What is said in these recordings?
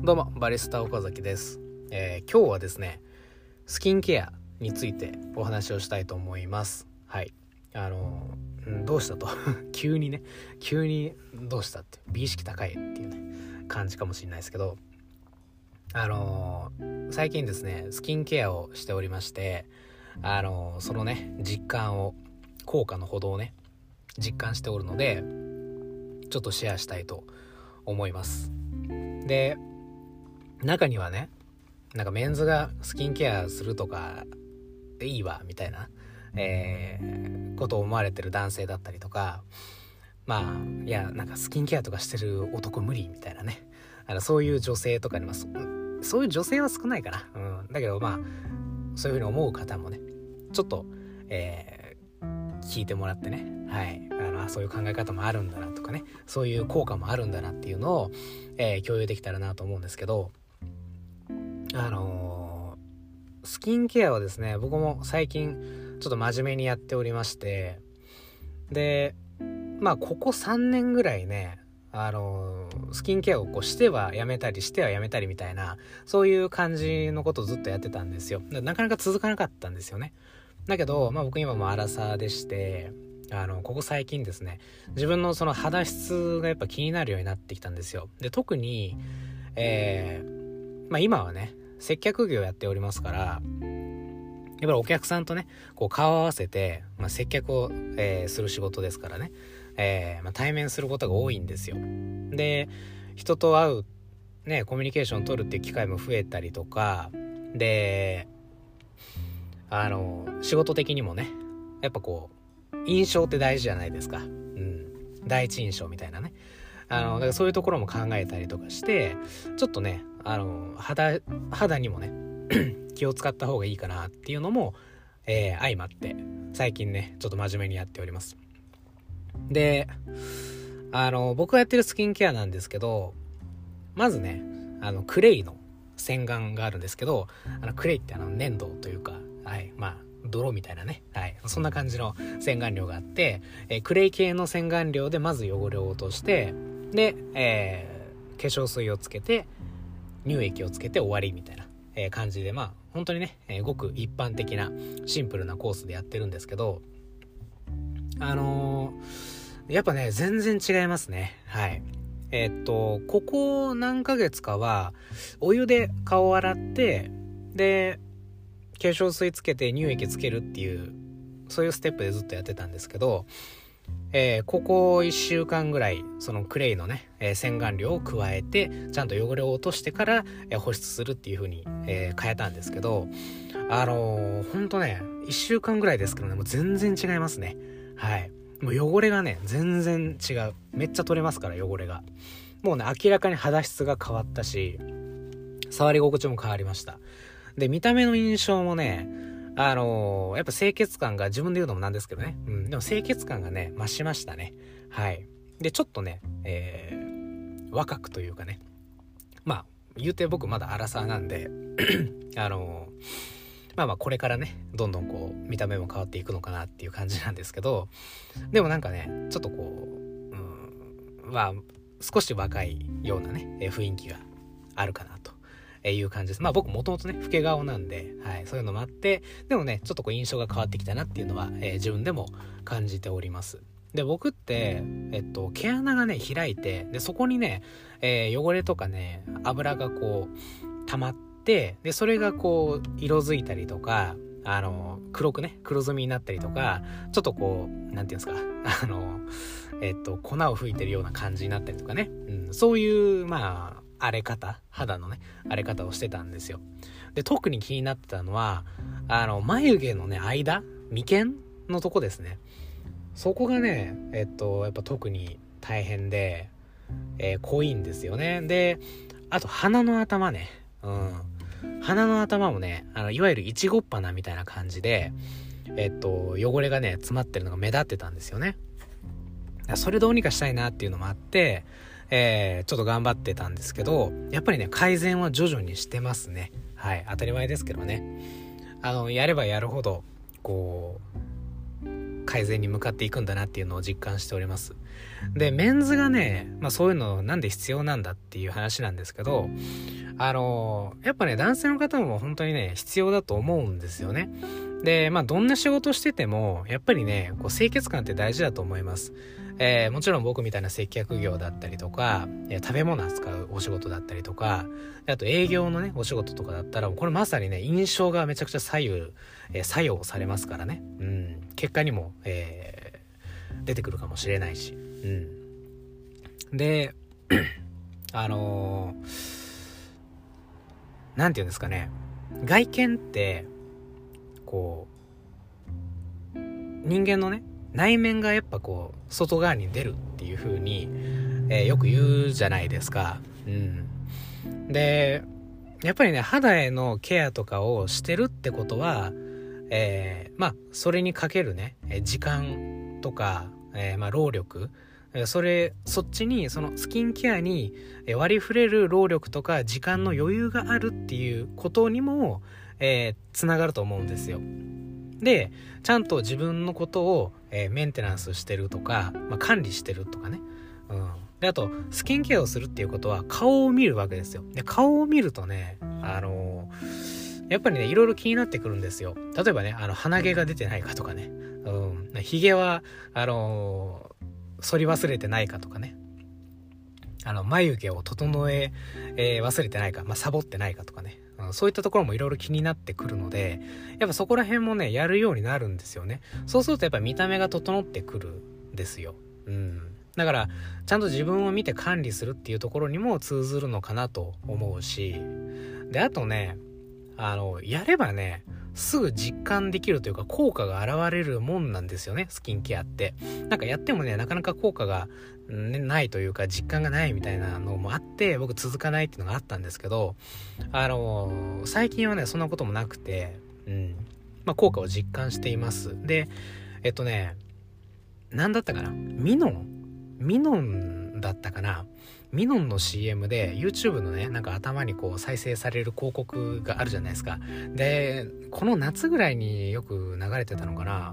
どうもバリスタ岡崎です。今日はですねスキンケアについてお話をしたいと思います。はい。どうしたと急にどうしたって美意識高いっていうね感じかもしれないですけど、最近ですねスキンケアをしておりまして、そのね効果のほどをね実感しておるので、ちょっとシェアしたいと思います。で、中にはね、なんかメンズがスキンケアするとかいいわみたいな、ことを思われてる男性だったりとか、いやなんかスキンケアとかしてる男無理みたいなね、そういう女性とかにそういう女性は少ないかな、だけどそういうふうに思う方もねちょっと、聞いてもらってね、はい、そういう考え方もあるんだなとかね、そういう効果もあるんだなっていうのを、共有できたらなと思うんですけど、スキンケアはですね僕も最近ちょっと真面目にやっておりまして、でここ3年ぐらいねスキンケアをしてはやめたりしてはやめたりみたいな、そういう感じのことをずっとやってたんですよ。なかなか続かなかったんですよね。だけど、僕今もアラサーでして、ここ最近ですね自分のその肌質がやっぱ気になるようになってきたんですよ。で特に、今はね接客業やっておりますから、やっぱりお客さんとねこう顔を合わせて、接客を、する仕事ですからね、対面することが多いんですよ。で人と会うねコミュニケーションを取るっていう機会も増えたりとかで、仕事的にもねやっぱこう印象って大事じゃないですか。第一印象みたいなね、だからそういうところも考えたりとかして、ちょっとね肌にもね気を使った方がいいかなっていうのも、相まって最近ねちょっと真面目にやっております。で僕がやってるスキンケアなんですけど、まずねクレイの洗顔があるんですけど、クレイって粘土というか、泥みたいなね、そんな感じの洗顔料があって、クレイ系の洗顔料でまず汚れを落として、で、化粧水をつけて乳液をつけて終わりみたいな、感じで本当にね、ごく一般的なシンプルなコースでやってるんですけど、やっぱね全然違いますね。はい。ここ何ヶ月かはお湯で顔を洗って、で化粧水つけて乳液つけるっていうそういうステップでずっとやってたんですけど、ここ1週間ぐらいそのクレイのね、洗顔料を加えてちゃんと汚れを落としてから、保湿するっていう風に、変えたんですけど、ほんとね1週間ぐらいですけどねもう全然違いますね。はい。もう汚れがね全然違う。めっちゃ取れますから汚れが。もうね明らかに肌質が変わったし、触り心地も変わりました。で見た目の印象もねやっぱ清潔感が、自分で言うのもなんですけどね、でも清潔感がね増しましたね。はい。でちょっとね、若くというかね、言うて僕まだアラサーなんでこれからねどんどんこう見た目も変わっていくのかなっていう感じなんですけど、でもなんかねちょっとこう、少し若いようなね雰囲気があるかなという感じです。僕もともとね老け顔なんで、そういうのもあって、でもねちょっとこう印象が変わってきたなっていうのは、自分でも感じております。で僕って毛穴がね開いて、でそこにね、汚れとかね油がこう溜まって、でそれがこう色づいたりとか黒ずみになったりとか、ちょっとこうなんていうんですか粉を吹いてるような感じになったりとかね、そういう肌のね荒れ方をしてたんですよ。で特に気になってたのは眉毛のね間、眉間のとこですね。そこがねやっぱ特に大変で、濃いんですよね。であと鼻の頭ね、鼻の頭もねいわゆるイチゴっ鼻みたいな感じで汚れがね詰まってるのが目立ってたんですよね。それどうにかしたいなっていうのもあって、ちょっと頑張ってたんですけど、やっぱりね改善は徐々にしてますね。はい。当たり前ですけどね、やればやるほどこう改善に向かっていくんだなっていうのを実感しております。でメンズがね、そういうのなんで必要なんだっていう話なんですけど、 やっぱね、男性の方も本当にね、必要だと思うんですよね。で、どんな仕事してても、やっぱりね、こう清潔感って大事だと思います。もちろん僕みたいな接客業だったりとか、食べ物扱うお仕事だったりとか、あと営業のね、お仕事とかだったら、これまさにね、印象がめちゃくちゃ作用されますからね。結果にも、出てくるかもしれないし。で、なんていうんですかね、外見ってこう人間のね、内面がやっぱこう外側に出るっていう風に、よく言うじゃないですか。で、やっぱりね、肌へのケアとかをしてるってことは、それにかけるね、時間とか、労力、そっちに、そのスキンケアに割り振れる労力とか時間の余裕があるっていうことにも、つながると思うんですよ。で、ちゃんと自分のことを、メンテナンスしてるとか、管理してるとかね。で、あとスキンケアをするっていうことは顔を見るわけですよ。で、顔を見るとね、やっぱりね、いろいろ気になってくるんですよ。例えばね、鼻毛が出てないかとかね、髭は剃り忘れてないかとかね、眉毛を整え忘れてないか、サボってないかとかね、そういったところもいろいろ気になってくるので、やっぱそこら辺もね、やるようになるんですよね。そうするとやっぱ見た目が整ってくるんですよ。だからちゃんと自分を見て管理するっていうところにも通ずるのかなと思うし、で、あとね、やればね、すぐ実感できるというか効果が現れるもんなんですよね、スキンケアって。なんかやってもね、なかなか効果が、ないというか実感がないみたいなのもあって、僕続かないっていうのがあったんですけど、最近はね、そんなこともなくて、効果を実感しています。で、なんだったかな、ミノンだったかな、ミノンの CM で YouTube のね、なんか頭にこう再生される広告があるじゃないですか。で、この夏ぐらいによく流れてたのかな、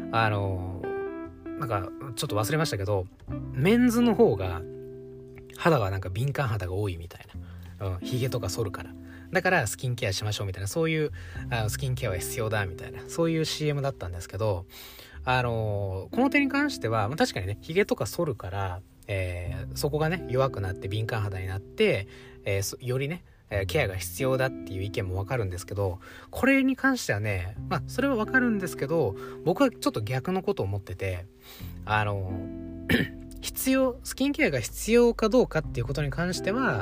なんかちょっと忘れましたけど、メンズの方が肌はなんか敏感肌が多いみたいな、ヒゲとか剃るからだからスキンケアしましょうみたいな、そういうスキンケアは必要だみたいな、そういう CM だったんですけど、この点に関しては、確かにね、ヒゲとか剃るから、そこがね弱くなって敏感肌になって、よりね、ケアが必要だっていう意見もわかるんですけど、これに関してはね、それはわかるんですけど、僕はちょっと逆のことを思ってて、スキンケアが必要かどうかっていうことに関しては、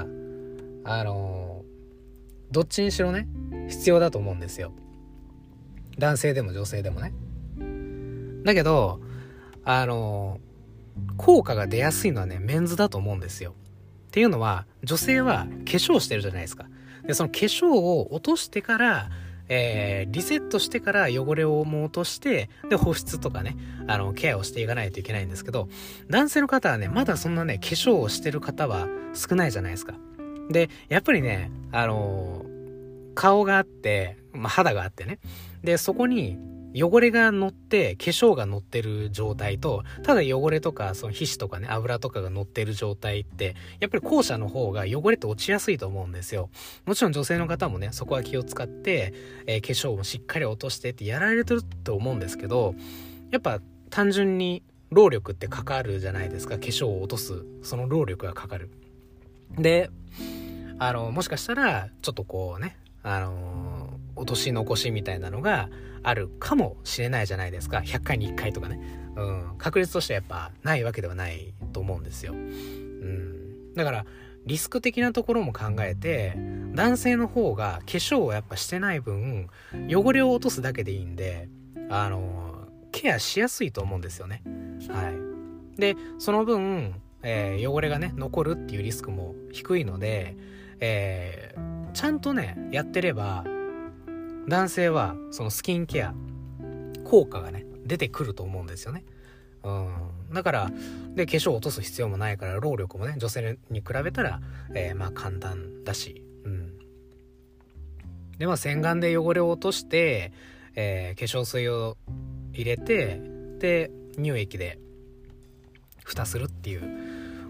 どっちにしろね必要だと思うんですよ。男性でも女性でもね。だけど効果が出やすいのはね、メンズだと思うんですよ。っていうのは、女性は化粧してるじゃないですか。で、その化粧を落としてから、リセットしてから汚れをもう落として、で、保湿とかね、ケアをしていかないといけないんですけど、男性の方はね、まだそんなね、化粧をしてる方は少ないじゃないですか。で、やっぱりね、顔があって、肌があってね。で、そこに、汚れが乗って化粧が乗ってる状態と、ただ汚れとかその皮脂とかね、油とかが乗ってる状態って、やっぱり後者の方が汚れって落ちやすいと思うんですよ。もちろん女性の方もね、そこは気を使って、化粧もしっかり落としてってやられてると思うんですけど、やっぱ単純に労力ってかかるじゃないですか。化粧を落とすその労力がかかる。で、もしかしたらちょっとこうね、落とし残しみたいなのがあるかもしれないじゃないですか。100回に1回とかね、確率としてはやっぱないわけではないと思うんですよ。だからリスク的なところも考えて、男性の方が化粧をやっぱしてない分、汚れを落とすだけでいいんで、ケアしやすいと思うんですよね。で、その分、汚れがね残るっていうリスクも低いので、ちゃんとねやってれば、男性はそのスキンケア効果がね出てくると思うんですよね。だからで、化粧を落とす必要もないから、労力もね女性に比べたら、簡単だし、で、洗顔で汚れを落として、化粧水を入れて、で乳液で蓋するっていう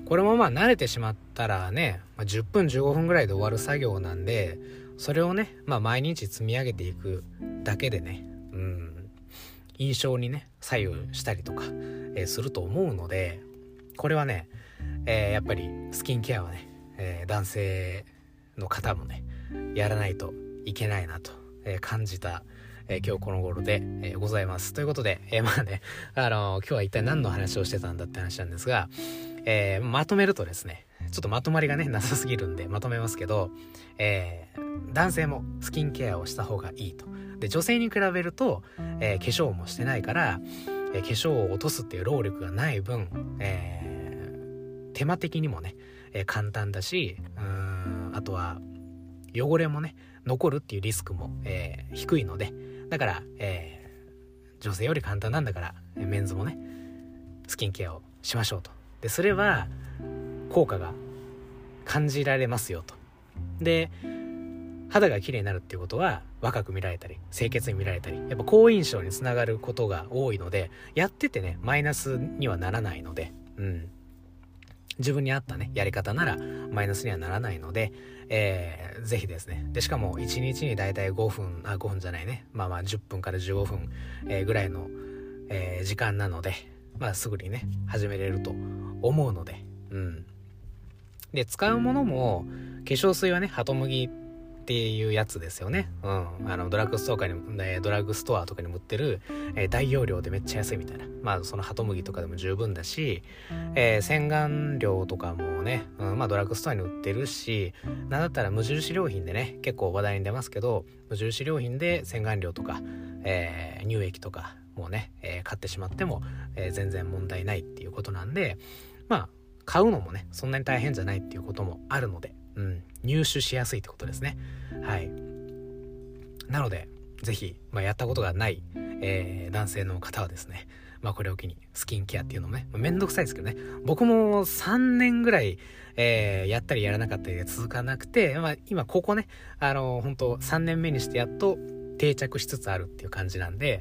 これもまあ慣れてしまったらね、10分15分ぐらいで終わる作業なんで、それをね、毎日積み上げていくだけでね、印象にね左右したりとか、すると思うので、これはね、やっぱりスキンケアはね、男性の方もねやらないといけないなと、感じた、今日この頃で、ございます。ということで、今日は一体何の話をしてたんだって話なんですが、まとめるとですね、ちょっとまとまりがねなさすぎるんでまとめますけど、男性もスキンケアをした方がいいと。で、女性に比べると、化粧もしてないから、化粧を落とすっていう労力がない分、手間的にもね、簡単だし、あとは汚れもね残るっていうリスクも、低いので、だから、女性より簡単なんだから、メンズもねスキンケアをしましょうと。ですれば効果が感じられますよと。で、肌が綺麗になるっていうことは若く見られたり清潔に見られたり、やっぱ好印象につながることが多いので、やっててねマイナスにはならないので、自分に合ったねやり方ならマイナスにはならないので、ぜひですね。でしかも1日にだいたい5分じゃないね、10分から15分、ぐらいの、時間なので、すぐにね始めれると思うので、で、使うものも化粧水はねハトムギっていうやつですよね。ドラッグストアとかにも売ってる、大容量でめっちゃ安いみたいな、そのハトムギとかでも十分だし、洗顔料とかもね、ドラッグストアに売ってるし、なんだったら無印良品でね結構話題に出ますけど、無印良品で洗顔料とか、乳液とかもね、買ってしまっても、全然問題ないっていうことなんで、買うのもねそんなに大変じゃないっていうこともあるので、入手しやすいってことですね。はい。なのでぜひ、やったことがない、男性の方はですね、これを機にスキンケアっていうのもね、めんどくさいですけどね、僕も3年ぐらい、やったりやらなかったりで続かなくて、今ここね本当3年目にしてやっと定着しつつあるっていう感じなんで、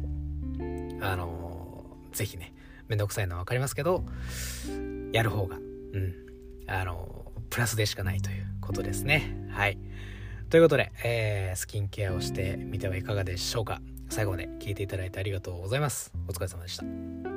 ぜひね、めんどくさいのは分かりますけど、やる方がプラスでしかないということですね。はい。ということで、スキンケアをしてみてはいかがでしょうか。最後まで聞いていただいてありがとうございます。お疲れ様でした。